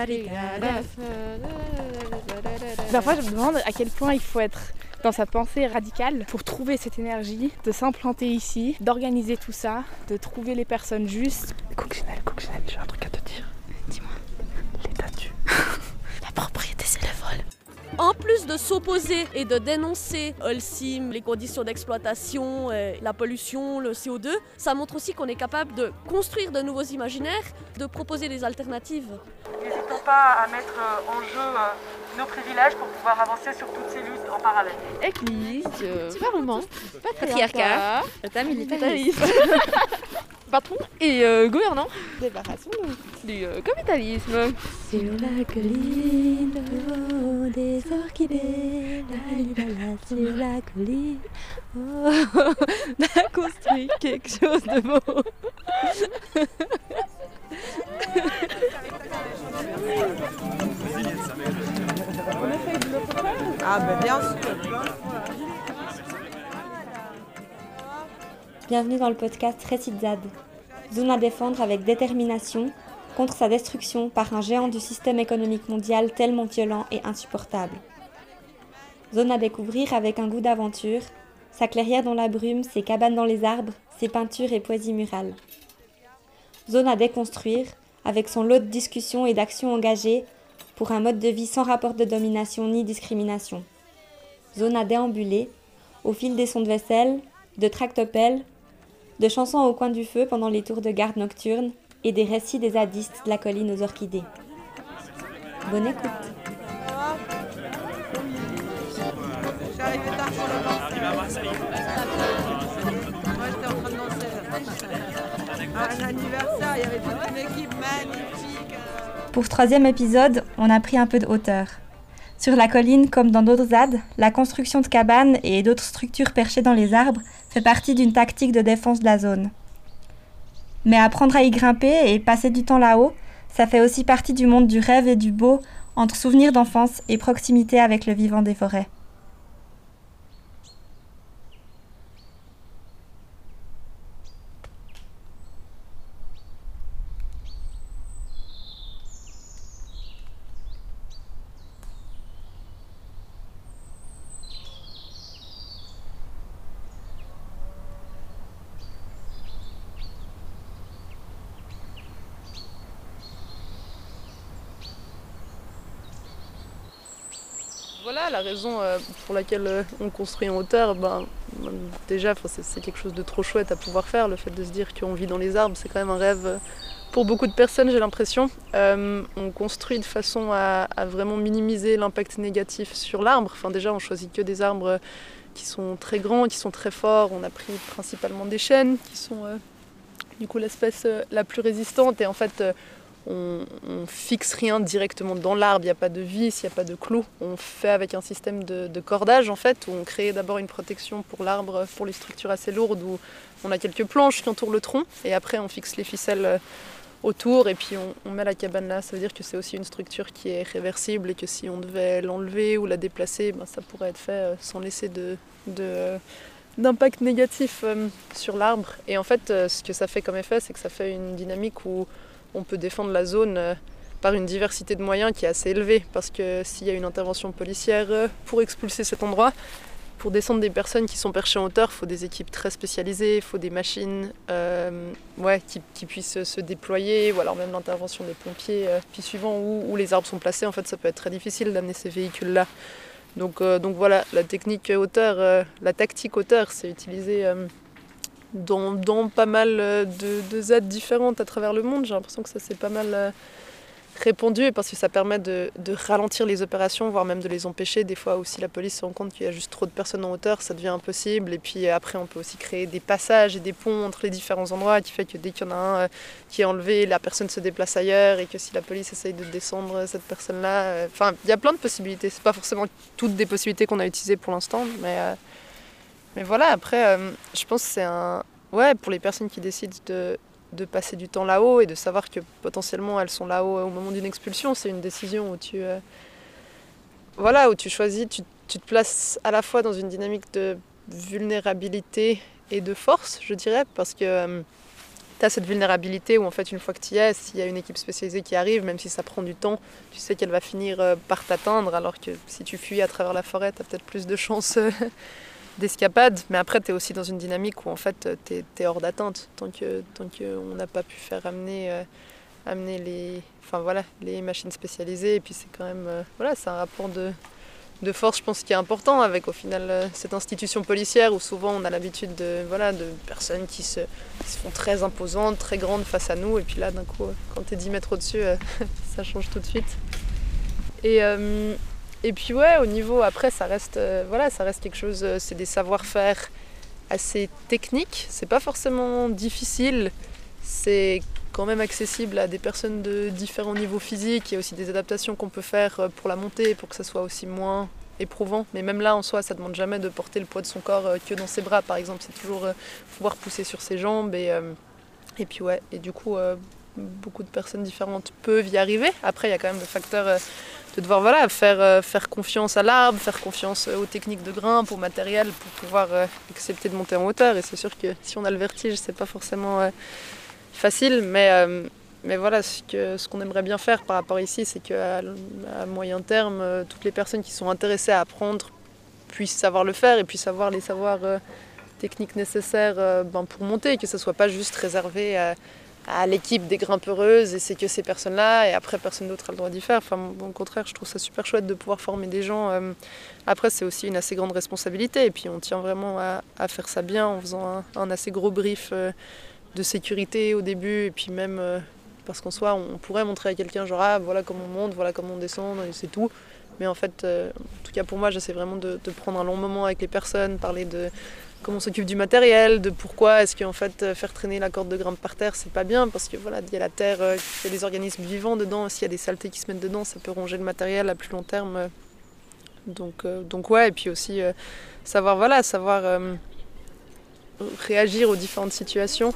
Parfois, je me demande à quel point il faut être dans sa pensée radicale pour trouver cette énergie, de s'implanter ici, d'organiser tout ça, de trouver les personnes justes. Coccinelle, j'ai un truc à te dire. Dis-moi. L'état tue. La propriété, c'est le vol. En plus de s'opposer et de dénoncer Holcim, les conditions d'exploitation, la pollution, le CO2, ça montre aussi qu'on est capable de construire de nouveaux imaginaires, de proposer des alternatives. N'hésitons pas à mettre en jeu nos privilèges pour pouvoir avancer sur toutes ces luttes en parallèle. Église, Parlement, patriarcat, militarisme, patron et gouvernant. Débarrassons-nous du capitalisme. Sur la colline, oh, des orchidées, sur la colline, oh, On a construit quelque chose de beau. Ah ben bien sûr. Bienvenue dans le podcast Récitzade. Zone à défendre avec détermination contre sa destruction par un géant du système économique mondial tellement violent et insupportable. Zone à découvrir avec un goût d'aventure, sa clairière dans la brume, ses cabanes dans les arbres, ses peintures et poésies murales. Zone à déconstruire avec son lot de discussions et d'actions engagées pour un mode de vie sans rapport de domination ni discrimination. Zone à déambuler au fil des sons de vaisselle, de tractopelles, de chansons au coin du feu pendant les tours de garde nocturnes et des récits des zadistes de la colline aux orchidées. Bonne écoute. Je suis arrivée tard pour le danser. Moi j'étais en train de danser. Un anniversaire, il y avait toute une équipe magnifique. Pour ce 3e épisode, on a pris un peu de hauteur. Sur la colline, comme dans d'autres ZAD, la construction de cabanes et d'autres structures perchées dans les arbres fait partie d'une tactique de défense de la zone. Mais apprendre à y grimper et passer du temps là-haut, ça fait aussi partie du monde du rêve et du beau, entre souvenirs d'enfance et proximité avec le vivant des forêts. Voilà la raison pour laquelle on construit en hauteur. Déjà, c'est quelque chose de trop chouette à pouvoir faire. Le fait de se dire qu'on vit dans les arbres, c'est quand même un rêve pour beaucoup de personnes, j'ai l'impression. On construit de façon à vraiment minimiser l'impact négatif sur l'arbre. Enfin, déjà, on choisit que des arbres qui sont très grands, qui sont très forts. On a pris principalement des chênes, qui sont du coup l'espèce la plus résistante. Et en fait, on fixe rien directement dans l'arbre, il n'y a pas de vis, il n'y a pas de clous. On fait avec un système de cordage en fait, où on crée d'abord une protection pour l'arbre, pour les structures assez lourdes, où on a quelques planches qui entourent le tronc, et après on fixe les ficelles autour, et puis on met la cabane là. Ça veut dire que c'est aussi une structure qui est réversible, et que si on devait l'enlever ou la déplacer, ça pourrait être fait sans laisser d'impact négatif sur l'arbre. Et en fait, ce que ça fait comme effet, c'est que ça fait une dynamique où on peut défendre la zone par une diversité de moyens qui est assez élevée, parce que s'il y a une intervention policière pour expulser cet endroit, pour descendre des personnes qui sont perchées en hauteur, il faut des équipes très spécialisées, il faut des machines qui puissent se déployer, ou alors même l'intervention des pompiers. Puis suivant où les arbres sont placés, en fait, ça peut être très difficile d'amener ces véhicules-là. Donc voilà, la technique hauteur, la tactique hauteur, c'est utilisé dans pas mal de ZAD différentes à travers le monde. J'ai l'impression que ça s'est pas mal répandu, parce que ça permet de ralentir les opérations, voire même de les empêcher. Des fois, aussi, la police se rend compte qu'il y a juste trop de personnes en hauteur, ça devient impossible. Et puis après, on peut aussi créer des passages et des ponts entre les différents endroits, qui fait que dès qu'il y en a un qui est enlevé, la personne se déplace ailleurs, et que si la police essaye de descendre cette personne-là... Enfin, il y a plein de possibilités. C'est pas forcément toutes des possibilités qu'on a utilisées pour l'instant, mais voilà, après, je pense que c'est pour les personnes qui décident de passer du temps là-haut et de savoir que potentiellement elles sont là-haut au moment d'une expulsion, c'est une décision où tu choisis, tu te places à la fois dans une dynamique de vulnérabilité et de force, je dirais, parce que tu as cette vulnérabilité où en fait une fois que tu y es, s'il y a une équipe spécialisée qui arrive, même si ça prend du temps, tu sais qu'elle va finir par t'atteindre, alors que si tu fuis à travers la forêt, tu as peut-être plus de chances d'escapade. Mais après, tu es aussi dans une dynamique où en fait tu es hors d'atteinte tant qu'on n'a pas pu faire amener les machines spécialisées. Et puis c'est quand même c'est un rapport de force, je pense, qui est important avec au final cette institution policière où souvent on a l'habitude de personnes qui se font très imposantes, très grandes face à nous, et puis là d'un coup quand t'es 10 mètres au-dessus ça change tout de suite. Et puis au niveau après ça reste quelque chose, c'est des savoir-faire assez techniques, c'est pas forcément difficile, c'est quand même accessible à des personnes de différents niveaux physiques. Il y a aussi des adaptations qu'on peut faire pour la montée, pour que ça soit aussi moins éprouvant. Mais même là, en soi, ça ne demande jamais de porter le poids de son corps que dans ses bras, par exemple. C'est toujours pouvoir pousser sur ses jambes. Et puis et du coup, beaucoup de personnes différentes peuvent y arriver. Après, il y a quand même le facteur de devoir faire confiance à l'arbre, faire confiance aux techniques de grimpe, au matériel, pour pouvoir accepter de monter en hauteur. Et c'est sûr que si on a le vertige, c'est pas forcément facile, mais voilà, ce qu'on aimerait bien faire par rapport ici, c'est qu'à moyen terme, toutes les personnes qui sont intéressées à apprendre puissent savoir le faire et puissent avoir les savoirs techniques nécessaires pour monter, que ce ne soit pas juste réservé à l'équipe des grimpeuses et c'est que ces personnes-là et après personne d'autre a le droit d'y faire. Enfin, au contraire, je trouve ça super chouette de pouvoir former des gens. Après, c'est aussi une assez grande responsabilité et puis on tient vraiment à faire ça bien en faisant un assez gros brief de sécurité au début, et puis même parce qu'en soi on pourrait montrer à quelqu'un genre voilà comment on monte, voilà comment on descend, et c'est tout. Mais en fait, en tout cas pour moi, j'essaie vraiment de prendre un long moment avec les personnes, parler de comment on s'occupe du matériel, de pourquoi est-ce qu'en fait faire traîner la corde de grimpe par terre c'est pas bien, parce que voilà, il y a la terre, il y a des organismes vivants dedans, s'il y a des saletés qui se mettent dedans, ça peut ronger le matériel à plus long terme. Donc et puis aussi savoir réagir aux différentes situations.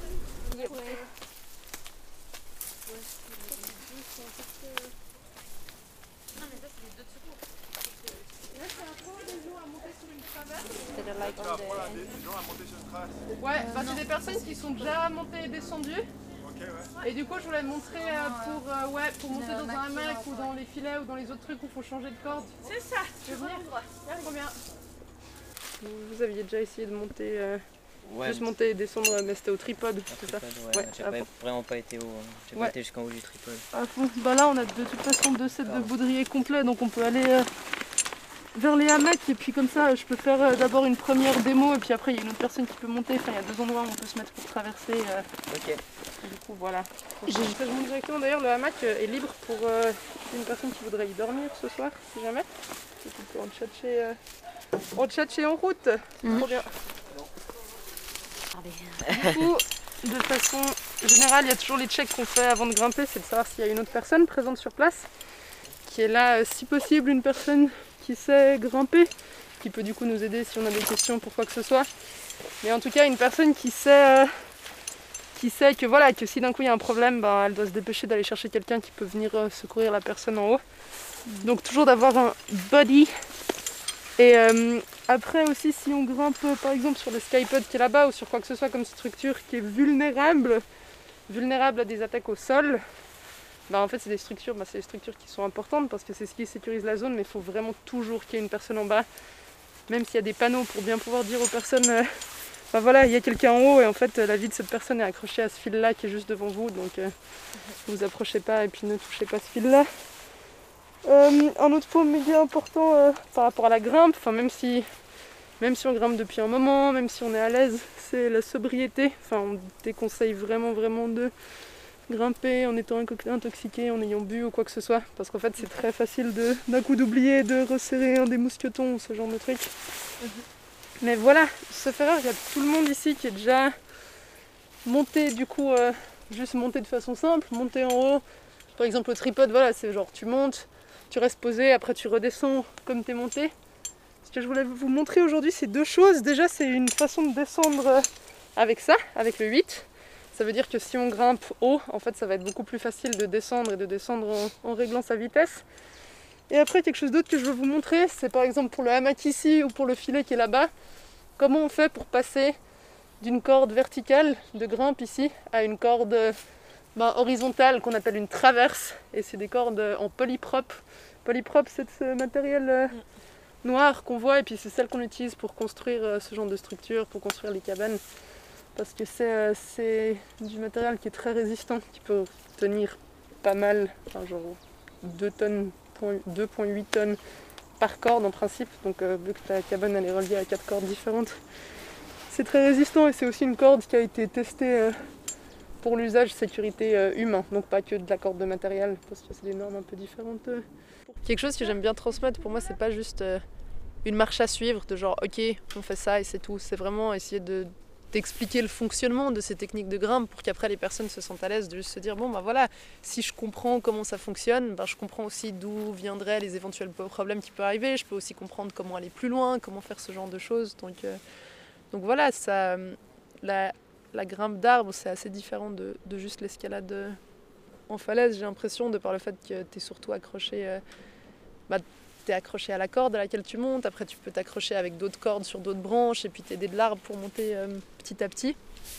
C'est des personnes qui sont déjà montées et descendues. Et du coup, je voulais montrer pour monter dans un hamac ou dans les filets ou dans les autres trucs où il faut changer de corde. C'est ça, tu veux venir. Trop bien. Vous aviez déjà essayé de monter, juste monter et descendre, mais c'était au tripode, c'est ça? J'ai vraiment pas été haut, j'ai pas été jusqu'en haut du tripode. À fond. Là, on a de toute façon 2 sets de baudrier complets, donc on peut aller vers les hamacs et puis comme ça je peux faire d'abord une première démo et puis après il y a une autre personne qui peut monter, enfin il y a 2 endroits où on peut se mettre pour traverser. Ok. Du coup voilà. Je monte directement, d'ailleurs le hamac est libre pour une personne qui voudrait y dormir ce soir, si jamais. Donc on peut en tchatcher en route. Trop bien. Du coup, de façon générale, il y a toujours les checks qu'on fait avant de grimper, c'est de savoir s'il y a une autre personne présente sur place, qui est là, si possible une personne qui sait grimper, qui peut du coup nous aider si on a des questions pour quoi que ce soit. Mais en tout cas, une personne qui sait que si d'un coup il y a un problème, elle doit se dépêcher d'aller chercher quelqu'un qui peut venir secourir la personne en haut. Donc toujours d'avoir un buddy. Et après aussi, si on grimpe par exemple sur le skypod qui est là-bas ou sur quoi que ce soit comme structure qui est vulnérable à des attaques au sol, en fait c'est des structures qui sont importantes parce que c'est ce qui sécurise la zone, mais il faut vraiment toujours qu'il y ait une personne en bas, même s'il y a des panneaux pour bien pouvoir dire aux personnes il y a quelqu'un en haut et en fait la vie de cette personne est accrochée à ce fil là qui est juste devant vous, donc ne vous approchez pas et puis ne touchez pas ce fil là. Un autre point méga important par rapport à la grimpe, même si on grimpe depuis un moment, même si on est à l'aise, c'est la sobriété. On déconseille vraiment de grimper en étant intoxiqué, en ayant bu ou quoi que ce soit, parce qu'en fait c'est très facile d'un coup d'oublier de resserrer un des mousquetons ou ce genre de truc. Mais voilà, sauf erreur, il y a tout le monde ici qui est déjà monté, du coup juste monté de façon simple, monter en haut, par exemple au tripode, c'est genre tu montes, tu restes posé, après tu redescends comme t'es monté. Ce que je voulais vous montrer aujourd'hui, c'est 2 choses. Déjà, c'est une façon de descendre avec ça, avec le 8. Ça veut dire que si on grimpe haut, en fait, ça va être beaucoup plus facile de descendre et de descendre en réglant sa vitesse. Et après, quelque chose d'autre que je veux vous montrer, c'est par exemple pour le hamac ici ou pour le filet qui est là-bas, comment on fait pour passer d'une corde verticale de grimpe ici à une corde horizontale qu'on appelle une traverse. Et c'est des cordes en polyprop. Polyprop, c'est ce matériel noir qu'on voit et puis c'est celle qu'on utilise pour construire ce genre de structure, pour construire les cabanes. Parce que c'est du matériel qui est très résistant, qui peut tenir pas mal, enfin genre 2,8 tonnes par corde en principe. Donc vu que ta cabane elle est reliée à 4 cordes différentes, c'est très résistant et c'est aussi une corde qui a été testée pour l'usage sécurité humain, donc pas que de la corde de matériel, parce que c'est des normes un peu différentes. Quelque chose que j'aime bien transmettre, pour moi c'est pas juste une marche à suivre, de genre ok on fait ça et c'est tout, c'est vraiment essayer d'expliquer le fonctionnement de ces techniques de grimpe pour qu'après les personnes se sentent à l'aise de juste se dire bon ben voilà, si je comprends comment ça fonctionne, je comprends aussi d'où viendraient les éventuels problèmes qui peuvent arriver, je peux aussi comprendre comment aller plus loin, comment faire ce genre de choses, donc voilà, ça, la grimpe d'arbre c'est assez différent de juste l'escalade en falaise, j'ai l'impression, de par le fait que tu es surtout accroché, t'es accroché à la corde à laquelle tu montes, après tu peux t'accrocher avec d'autres cordes sur d'autres branches et puis t'aider de l'arbre pour monter petit à petit.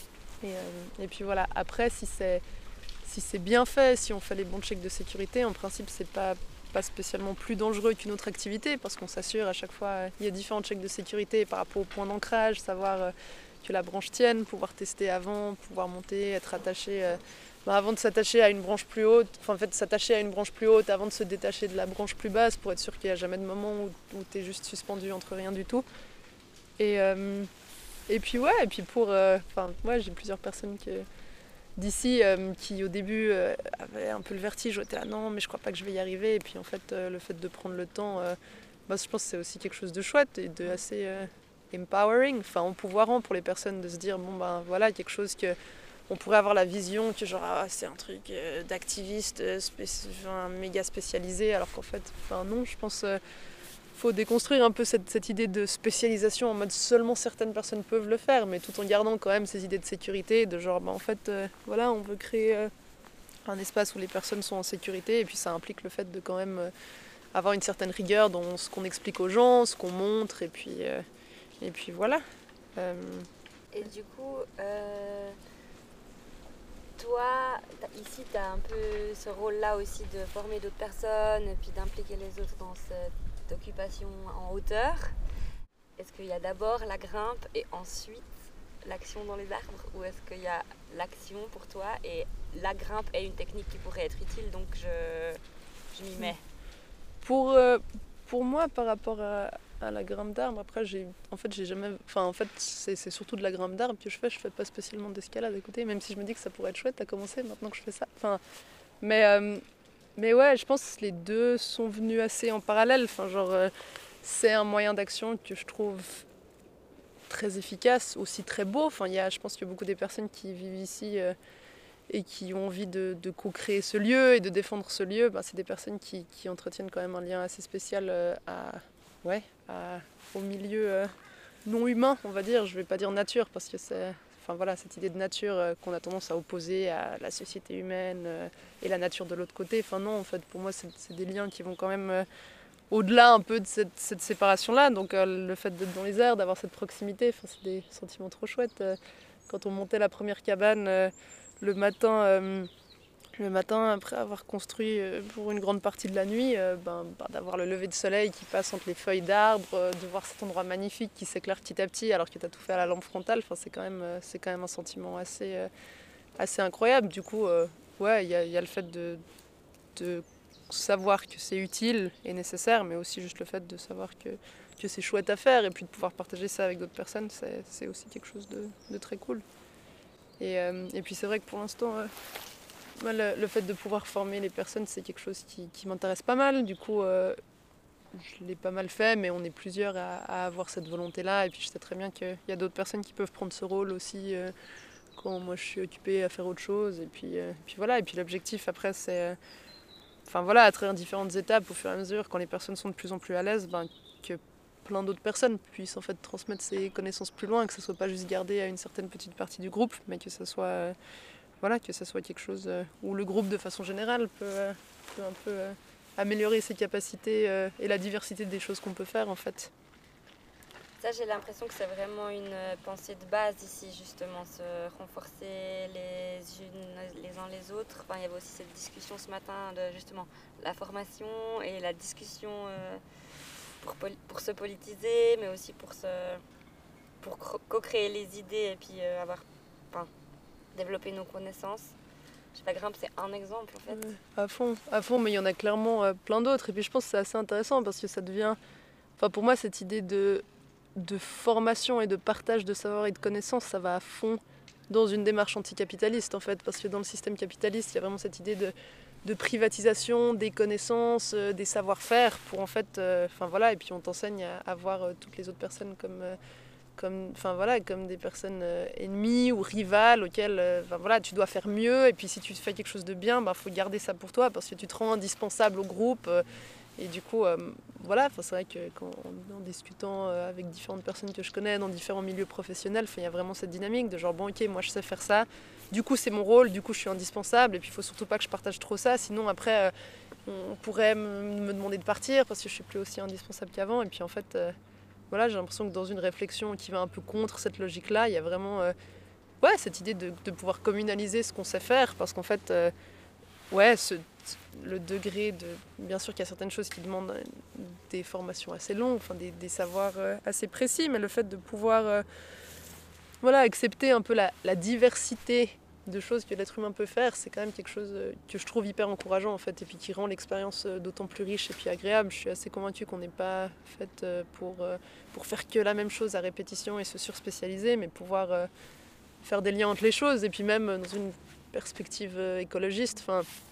Et puis voilà, après si c'est bien fait, si on fait les bons checks de sécurité, en principe c'est pas spécialement plus dangereux qu'une autre activité parce qu'on s'assure à chaque fois, il y a différents checks de sécurité par rapport au point d'ancrage, savoir que la branche tienne, pouvoir tester avant, pouvoir monter, être attaché avant de s'attacher à une branche plus haute, s'attacher à une branche plus haute avant de se détacher de la branche plus basse pour être sûr qu'il n'y a jamais de moment où tu es juste suspendu entre rien du tout. Et puis ouais, et puis moi j'ai plusieurs personnes d'ici qui au début avaient un peu le vertige, j'étais là non mais je crois pas que je vais y arriver, et puis en fait le fait de prendre le temps, je pense que c'est aussi quelque chose de chouette et de assez empowering, empouvoirant pour les personnes de se dire bon voilà quelque chose que on pourrait avoir la vision que genre c'est un truc d'activiste méga spécialisé, alors qu'en fait non, je pense faut déconstruire un peu cette idée de spécialisation en mode seulement certaines personnes peuvent le faire, mais tout en gardant quand même ces idées de sécurité, de genre en fait voilà, on veut créer un espace où les personnes sont en sécurité, et puis ça implique le fait de quand même avoir une certaine rigueur dans ce qu'on explique aux gens, ce qu'on montre, et puis voilà. Et du coup toi, ici, tu as un peu ce rôle-là aussi de former d'autres personnes et puis d'impliquer les autres dans cette occupation en hauteur. Est-ce qu'il y a d'abord la grimpe et ensuite l'action dans les arbres, ou est-ce qu'il y a l'action pour toi et la grimpe est une technique qui pourrait être utile, donc je m'y mets? Pour moi, par rapport à la grimpe d'arbre, après c'est surtout de la grimpe d'arbre que je fais pas spécialement d'escalade à côté, même si je me dis que ça pourrait être chouette à commencer maintenant que je fais ça. Mais ouais, je pense que les deux sont venus assez en parallèle, c'est un moyen d'action que je trouve très efficace, aussi très beau. Je pense qu'il y a beaucoup des personnes qui vivent ici et qui ont envie de co-créer ce lieu et de défendre ce lieu, c'est des personnes qui entretiennent quand même un lien assez spécial au milieu non humain, on va dire. Je vais pas dire nature parce que c'est cette idée de nature qu'on a tendance à opposer à la société humaine et la nature de l'autre côté. Non, en fait, pour moi, c'est des liens qui vont quand même au-delà un peu de cette séparation-là. Donc le fait d'être dans les airs, d'avoir cette proximité, c'est des sentiments trop chouettes. Quand on montait la première cabane le matin, après avoir construit pour une grande partie de la nuit, d'avoir le lever de soleil qui passe entre les feuilles d'arbres, de voir cet endroit magnifique qui s'éclaire petit à petit alors que tu as tout fait à la lampe frontale, c'est quand même un sentiment assez incroyable. Du coup, il y a le fait de savoir que c'est utile et nécessaire, mais aussi juste le fait de savoir que c'est chouette à faire, et puis de pouvoir partager ça avec d'autres personnes, c'est aussi quelque chose de très cool. Et puis c'est vrai que pour l'instant, le fait de pouvoir former les personnes, c'est quelque chose qui m'intéresse pas mal. Du coup, je l'ai pas mal fait, mais on est plusieurs à avoir cette volonté-là. Et puis je sais très bien qu'il y a d'autres personnes qui peuvent prendre ce rôle aussi quand moi je suis occupée à faire autre chose. Et puis voilà. Et puis l'objectif après, c'est à travers différentes étapes, au fur et à mesure, quand les personnes sont de plus en plus à l'aise, que plein d'autres personnes puissent en fait transmettre ces connaissances plus loin, que ce soit pas juste gardé à une certaine petite partie du groupe, mais que ça soit quelque chose où le groupe de façon générale peut un peu améliorer ses capacités et la diversité des choses qu'on peut faire en fait. Ça, j'ai l'impression que c'est vraiment une pensée de base ici, justement, se renforcer les unes les uns les autres. Enfin, il y avait aussi cette discussion ce matin de justement la formation et la discussion pour se politiser, mais aussi pour co-créer les idées et puis développer nos connaissances. La grimpe, c'est un exemple en fait. À fond, mais il y en a clairement plein d'autres. Et puis je pense que c'est assez intéressant parce que ça devient... Enfin, pour moi, cette idée de formation et de partage de savoir et de connaissances, ça va à fond dans une démarche anticapitaliste en fait. Parce que dans le système capitaliste, il y a vraiment cette idée de privatisation des connaissances, des savoir-faire pour en fait... et puis on t'enseigne à voir toutes les autres personnes comme des personnes ennemies ou rivales auxquelles tu dois faire mieux, et puis si tu fais quelque chose de bien, faut garder ça pour toi parce que tu te rends indispensable au groupe et du coup c'est vrai que en discutant avec différentes personnes que je connais dans différents milieux professionnels, il y a vraiment cette dynamique de genre bon ok, moi je sais faire ça, du coup c'est mon rôle, du coup je suis indispensable, et puis il faut surtout pas que je partage trop ça, sinon après on pourrait me demander de partir parce que je suis plus aussi indispensable qu'avant. Et puis en fait j'ai l'impression que dans une réflexion qui va un peu contre cette logique-là, il y a vraiment cette idée de pouvoir communaliser ce qu'on sait faire. Parce qu'en fait, le degré de... Bien sûr qu'il y a certaines choses qui demandent des formations assez longues, des savoirs assez précis, mais le fait de pouvoir accepter un peu la diversité de choses que l'être humain peut faire, c'est quand même quelque chose que je trouve hyper encourageant en fait, et puis qui rend l'expérience d'autant plus riche et puis agréable. Je suis assez convaincue qu'on n'est pas faite pour faire que la même chose à répétition et se surspécialiser, mais pouvoir faire des liens entre les choses, et puis même dans une perspective écologiste.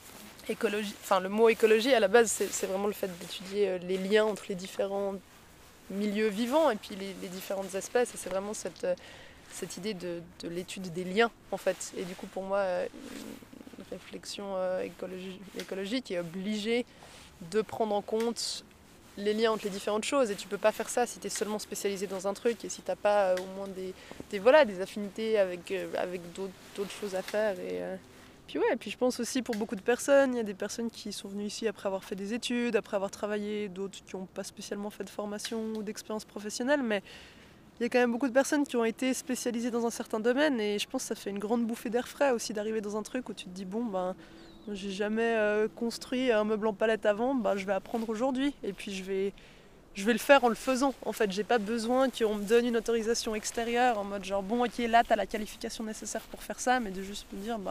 Le mot écologie à la base c'est vraiment le fait d'étudier les liens entre les différents milieux vivants et puis les différentes espèces, et c'est vraiment cette idée de l'étude des liens en fait. Et du coup pour moi une réflexion écologique est obligée de prendre en compte les liens entre les différentes choses, et tu peux pas faire ça si tu es seulement spécialisé dans un truc et si t'as pas au moins des affinités avec d'autres choses à faire. Et puis je pense aussi pour beaucoup de personnes, il y a des personnes qui sont venues ici après avoir fait des études, après avoir travaillé, d'autres qui n'ont pas spécialement fait de formation ou d'expérience professionnelle, mais il y a quand même beaucoup de personnes qui ont été spécialisées dans un certain domaine, et je pense que ça fait une grande bouffée d'air frais aussi d'arriver dans un truc où tu te dis j'ai jamais construit un meuble en palette avant, je vais apprendre aujourd'hui, et puis je vais le faire en le faisant. En fait, j'ai pas besoin qu'on me donne une autorisation extérieure en mode genre bon ok, là t'as la qualification nécessaire pour faire ça, mais de juste me dire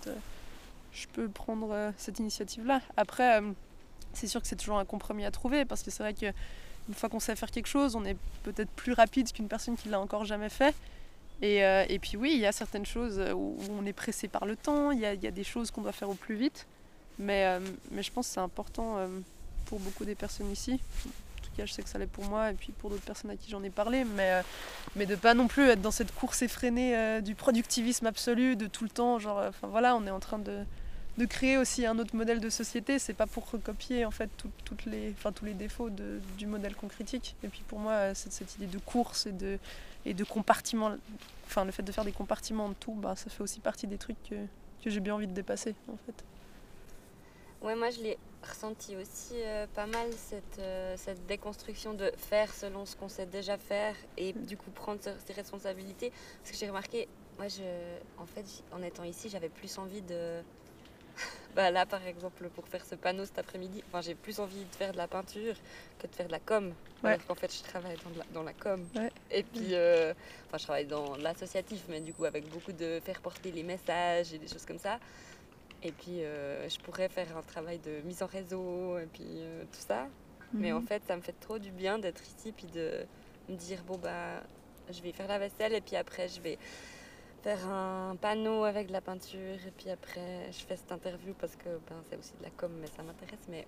je peux prendre cette initiative là. Après c'est sûr que c'est toujours un compromis à trouver, parce que c'est vrai que une fois qu'on sait faire quelque chose, on est peut-être plus rapide qu'une personne qui l'a encore jamais fait. Et puis oui, il y a certaines choses où on est pressé par le temps, il y a des choses qu'on doit faire au plus vite. Mais je pense que c'est important pour beaucoup des personnes ici. En tout cas, je sais que ça l'est pour moi et puis pour d'autres personnes à qui j'en ai parlé. Mais de pas non plus être dans cette course effrénée du productivisme absolu, de tout le temps. On est en train de créer aussi un autre modèle de société. C'est pas pour recopier en fait tous les défauts du modèle qu'on critique. Et puis pour moi, cette idée de course et de compartiment, le fait de faire des compartiments de tout, ça fait aussi partie des trucs que j'ai bien envie de dépasser en fait. Ouais, moi je l'ai ressenti aussi pas mal, cette déconstruction de faire selon ce qu'on sait déjà faire et du coup prendre ses responsabilités. Parce que j'ai remarqué, moi en étant ici, j'avais plus envie de... là par exemple pour faire ce panneau cet après-midi, j'ai plus envie de faire de la peinture que de faire de la com. Ouais. En fait je travaille dans la com. Ouais. Et puis je travaille dans l'associatif, mais du coup avec beaucoup de faire porter les messages et des choses comme ça. Et puis je pourrais faire un travail de mise en réseau et puis tout ça. Mais en fait ça me fait trop du bien d'être ici puis de me dire je vais faire la vaisselle et puis après je vais faire un panneau avec de la peinture, et puis après je fais cette interview parce que c'est aussi de la com, mais ça m'intéresse. Mais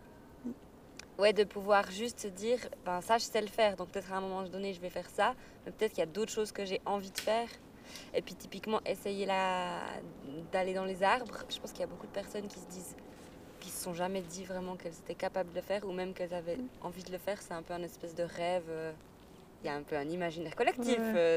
de pouvoir juste se dire ça je sais le faire, donc peut-être à un moment donné je vais faire ça, mais peut-être qu'il y a d'autres choses que j'ai envie de faire. Et puis typiquement essayer d'aller dans les arbres, je pense qu'il y a beaucoup de personnes qui se sont jamais dit vraiment qu'elles étaient capables de le faire, ou même qu'elles avaient envie de le faire. C'est un peu un espèce de rêve, il y a un peu un imaginaire collectif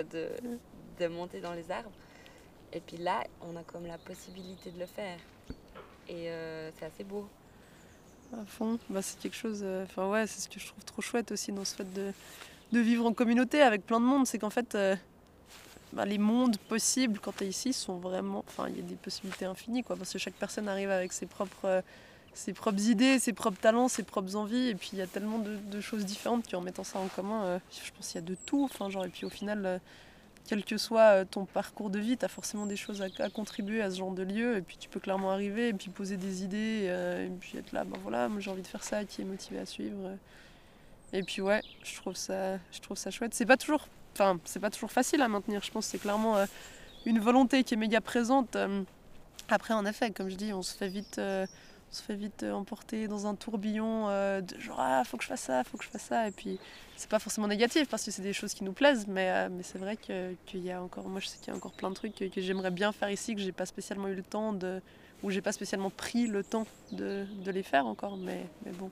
de monter dans les arbres. Et puis là, on a comme la possibilité de le faire. Et c'est assez beau. À fond, c'est quelque chose... c'est ce que je trouve trop chouette aussi dans ce fait vivre en communauté avec plein de monde, c'est qu'en fait, les mondes possibles quand tu es ici sont vraiment... Enfin, il y a des possibilités infinies, quoi, parce que chaque personne arrive avec ses propres idées, ses propres talents, ses propres envies, et puis il y a tellement de choses différentes qu'en mettant ça en commun, je pense qu'il y a de tout. Enfin, genre, et puis au final, quel que soit ton parcours de vie, tu as forcément des choses à contribuer à ce genre de lieu, et puis tu peux clairement arriver, et puis poser des idées, et puis être là, ben voilà, moi j'ai envie de faire ça, qui est motivé à suivre. Et puis ouais, je trouve ça chouette. C'est pas toujours facile à maintenir, je pense que c'est clairement une volonté qui est méga présente. Après, en effet, comme je dis, on se fait vite emporter dans un tourbillon de genre faut que je fasse ça, et puis c'est pas forcément négatif parce que c'est des choses qui nous plaisent, mais c'est vrai qu'il y a encore, moi je sais qu'il y a encore plein de trucs que j'aimerais bien faire ici, que j'ai pas spécialement eu le temps ou j'ai pas spécialement pris le temps de les faire encore, mais bon,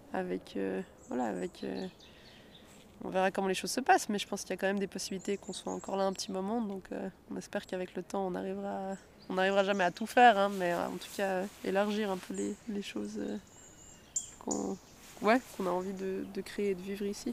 on verra comment les choses se passent, mais je pense qu'il y a quand même des possibilités qu'on soit encore là un petit moment, donc on espère qu'avec le temps on n'arrivera jamais à tout faire, hein, mais en tout cas élargir un peu les choses qu'on a envie de créer et de vivre ici.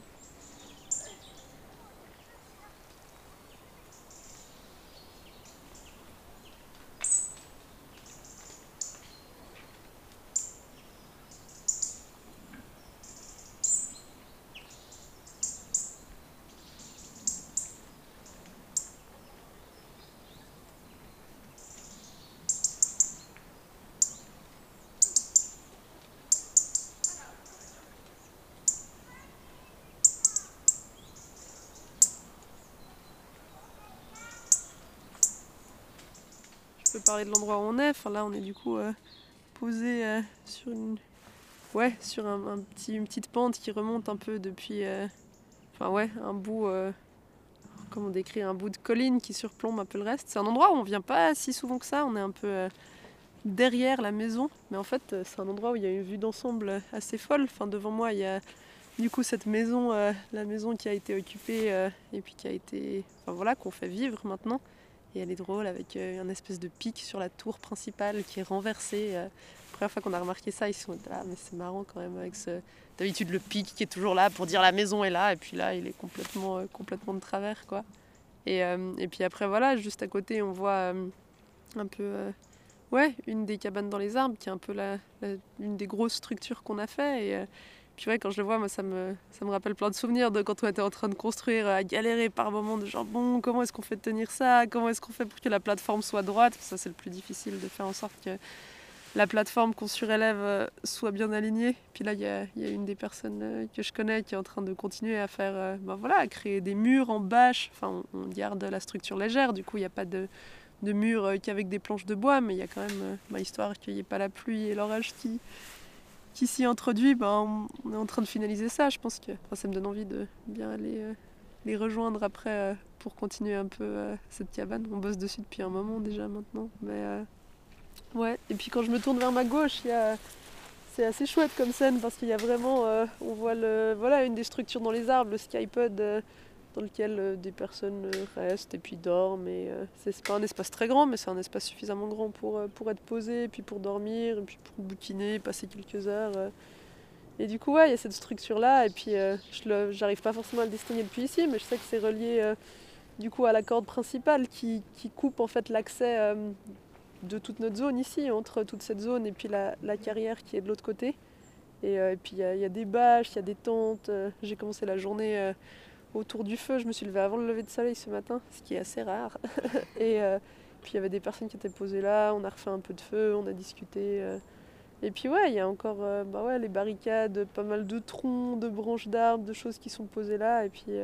Je peux parler de l'endroit où on est. Enfin, là, on est du coup posé sur une petite pente qui remonte un peu depuis un bout, comment décrire, un bout de colline qui surplombe un peu le reste. C'est un endroit où on vient pas si souvent que ça. On est un peu derrière la maison, mais en fait, c'est un endroit où il y a une vue d'ensemble assez folle. Enfin, devant moi, il y a du coup cette maison, la maison qui a été occupée et puis qui a été, qu'on fait vivre maintenant. Et elle est drôle avec un espèce de pic sur la tour principale qui est renversée. La première fois qu'on a remarqué ça, ils se sont dit mais c'est marrant quand même avec d'habitude le pic qui est toujours là pour dire la maison est là, et puis là il est complètement de travers, quoi. Et puis après voilà, juste à côté on voit un peu une des cabanes dans les arbres qui est un peu une des grosses structures qu'on a fait. Et puis quand je le vois, moi ça me rappelle plein de souvenirs de quand on était en train de construire, à galérer par moments de genre bon, comment est-ce qu'on fait tenir ça, comment est-ce qu'on fait pour que la plateforme soit droite. Ça c'est le plus difficile, de faire en sorte que la plateforme qu'on surélève soit bien alignée. Puis là il y a une des personnes que je connais qui est en train de continuer à faire à créer des murs en bâche. Enfin on garde la structure légère, du coup il n'y a pas de murs qu'avec des planches de bois, mais il y a quand même histoire qu'il n'y ait pas la pluie et l'orage qui s'y introduit. On est en train de finaliser ça. Je pense que ça me donne envie de bien aller les rejoindre après pour continuer un peu cette cabane. On bosse dessus depuis un moment déjà maintenant, mais et puis quand je me tourne vers ma gauche, c'est assez chouette comme scène parce qu'il y a vraiment on voit une des structures dans les arbres, le skypod, dans lequel des personnes restent et puis dorment. Et c'est pas un espace très grand, mais c'est un espace suffisamment grand pour être posé, et puis pour dormir, et puis pour bouquiner, passer quelques heures. Et du coup, il y a cette structure-là, et puis j'arrive pas forcément à le distinguer depuis ici, mais je sais que c'est relié du coup à la corde principale qui coupe en fait l'accès de toute notre zone ici, entre toute cette zone et puis la carrière qui est de l'autre côté. Et puis il y a des bâches, il y a des tentes. J'ai commencé la journée autour du feu, je me suis levée avant le lever de soleil ce matin, ce qui est assez rare. Et puis il y avait des personnes qui étaient posées là, on a refait un peu de feu, on a discuté. Et puis il y a encore les barricades, pas mal de troncs, de branches d'arbres, de choses qui sont posées là. Et puis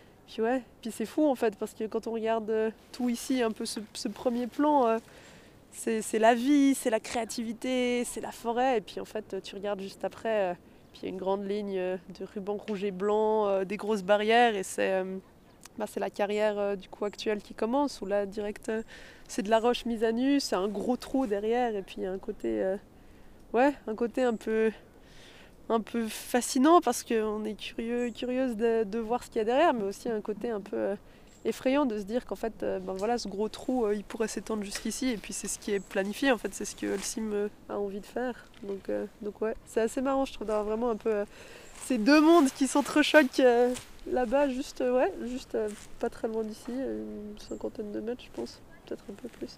c'est fou en fait, parce que quand on regarde tout ici, un peu ce premier plan, c'est la vie, c'est la créativité, c'est la forêt. Et puis en fait, tu regardes juste après... Puis il y a une grande ligne de ruban rouge et blanc, des grosses barrières, et c'est la carrière du coup actuelle qui commence, où là direct c'est de la roche mise à nu, c'est un gros trou derrière, et puis il y a un côté un peu fascinant parce qu'on est curieuse de voir ce qu'il y a derrière, mais aussi un côté un peu effrayant de se dire qu'en fait, voilà, ce gros trou, il pourrait s'étendre jusqu'ici, et puis c'est ce qui est planifié, en fait, c'est ce que Holcim a envie de faire. Donc ouais, c'est assez marrant, je trouve, d'avoir vraiment un peu ces deux mondes qui s'entrechoquent là-bas, juste pas très loin d'ici, une 50aine de mètres, je pense, peut-être un peu plus.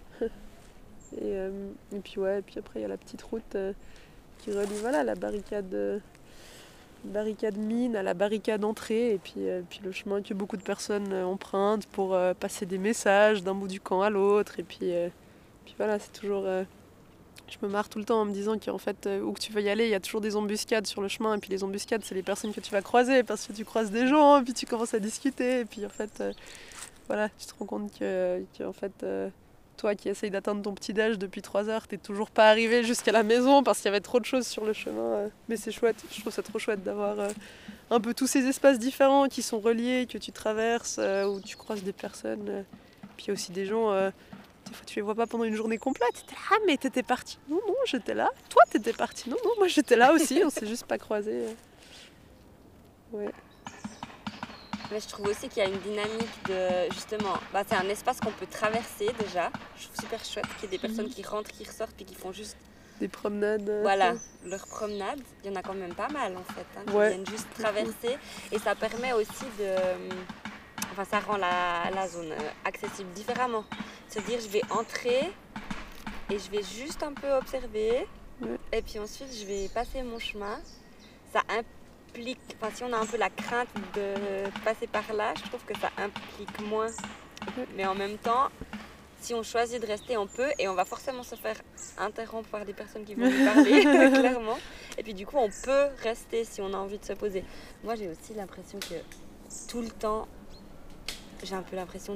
et puis ouais, et puis après il y a la petite route qui relie la barricade mine à la barricade entrée, et puis le chemin que beaucoup de personnes empruntent pour passer des messages d'un bout du camp à l'autre, et puis voilà, c'est toujours... je me marre tout le temps en me disant qu'en fait, où que tu veux y aller, il y a toujours des embuscades sur le chemin, et puis les embuscades, c'est les personnes que tu vas croiser, parce que tu croises des gens, et puis tu commences à discuter, et puis en fait, voilà, tu te rends compte que en fait... toi qui essayes d'atteindre ton petit-déj depuis 3 heures, t'es toujours pas arrivé jusqu'à la maison parce qu'il y avait trop de choses sur le chemin. Mais c'est chouette, je trouve ça trop chouette d'avoir un peu tous ces espaces différents qui sont reliés, que tu traverses, où tu croises des personnes. Puis il y a aussi des gens, des fois tu les vois pas pendant une journée complète. T'es là, ah mais t'étais parti. Non, j'étais là. Toi t'étais parti. Non, moi j'étais là aussi, on s'est juste pas croisés. Ouais. Mais je trouve aussi qu'il y a une dynamique de, justement, c'est un espace qu'on peut traverser déjà. Je trouve super chouette qu'il y ait des personnes qui rentrent, qui ressortent, puis qui font juste... des promenades. Voilà, leurs promenades. Il y en a quand même pas mal en fait, qui viennent juste traverser. Et ça permet aussi de... Enfin, ça rend la zone accessible différemment. Se dire, je vais entrer et je vais juste un peu observer. Et puis ensuite, je vais passer mon chemin. Ça implique, si on a un peu la crainte de passer par là, je trouve que ça implique moins. Mais en même temps, si on choisit de rester, on peut, et on va forcément se faire interrompre par des personnes qui vont nous parler, clairement. Et puis du coup, on peut rester si on a envie de se poser. Moi, j'ai aussi l'impression que tout le temps, j'ai un peu l'impression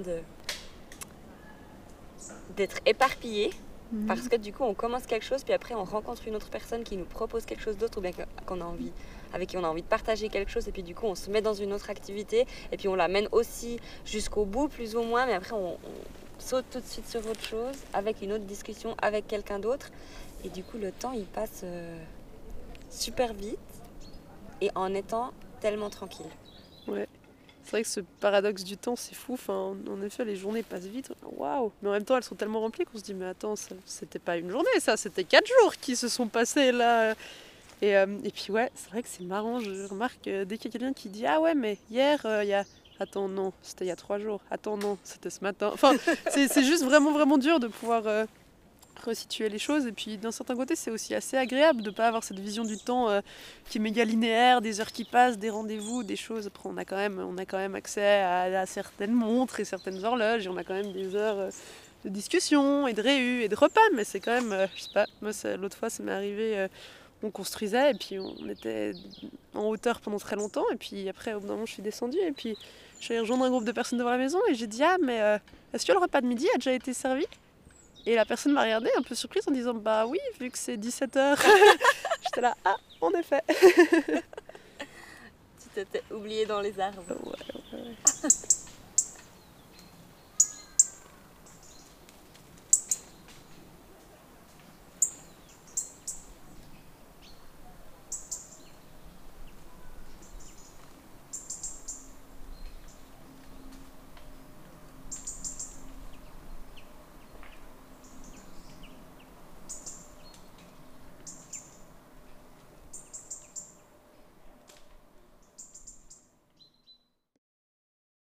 d'être éparpillée. Parce que du coup, on commence quelque chose, puis après, on rencontre une autre personne qui nous propose quelque chose d'autre, ou bien qu'on a envie, avec qui on a envie de partager quelque chose, et puis du coup, on se met dans une autre activité, et puis on l'amène aussi jusqu'au bout, plus ou moins, mais après, on saute tout de suite sur autre chose, avec une autre discussion, avec quelqu'un d'autre, et du coup, le temps, il passe super vite, et en étant tellement tranquille. Ouais. C'est vrai que ce paradoxe du temps, c'est fou. Enfin, en effet, les journées passent vite. Waouh! Mais en même temps, elles sont tellement remplies qu'on se dit, mais attends, c'était pas une journée, ça, c'était 4 jours qui se sont passés là. Et puis ouais, c'est vrai que c'est marrant. Je remarque dès qu'il y a quelqu'un qui dit, ah ouais, mais hier, il y a... Attends, non, c'était il y a 3 jours. Attends, non, c'était ce matin. Enfin, c'est juste vraiment, vraiment dur de pouvoir resituer les choses. Et puis d'un certain côté, c'est aussi assez agréable de ne pas avoir cette vision du temps qui est méga linéaire, des heures qui passent, des rendez-vous, des choses. Après, on a quand même accès à certaines montres et certaines horloges, et on a quand même des heures de discussion et de réu et de repas. Mais c'est quand même, je sais pas, moi l'autre fois ça m'est arrivé, on construisait et puis on était en hauteur pendant très longtemps, et puis après au bout d'un moment je suis descendue et puis je suis allée rejoindre un groupe de personnes devant la maison et j'ai dit, ah mais est-ce que le repas de midi a déjà été servi? Et la personne m'a regardée un peu surprise en disant, bah oui, vu que c'est 17h. J'étais là, ah, en effet. Tu t'étais oubliée dans les arbres. Ouais.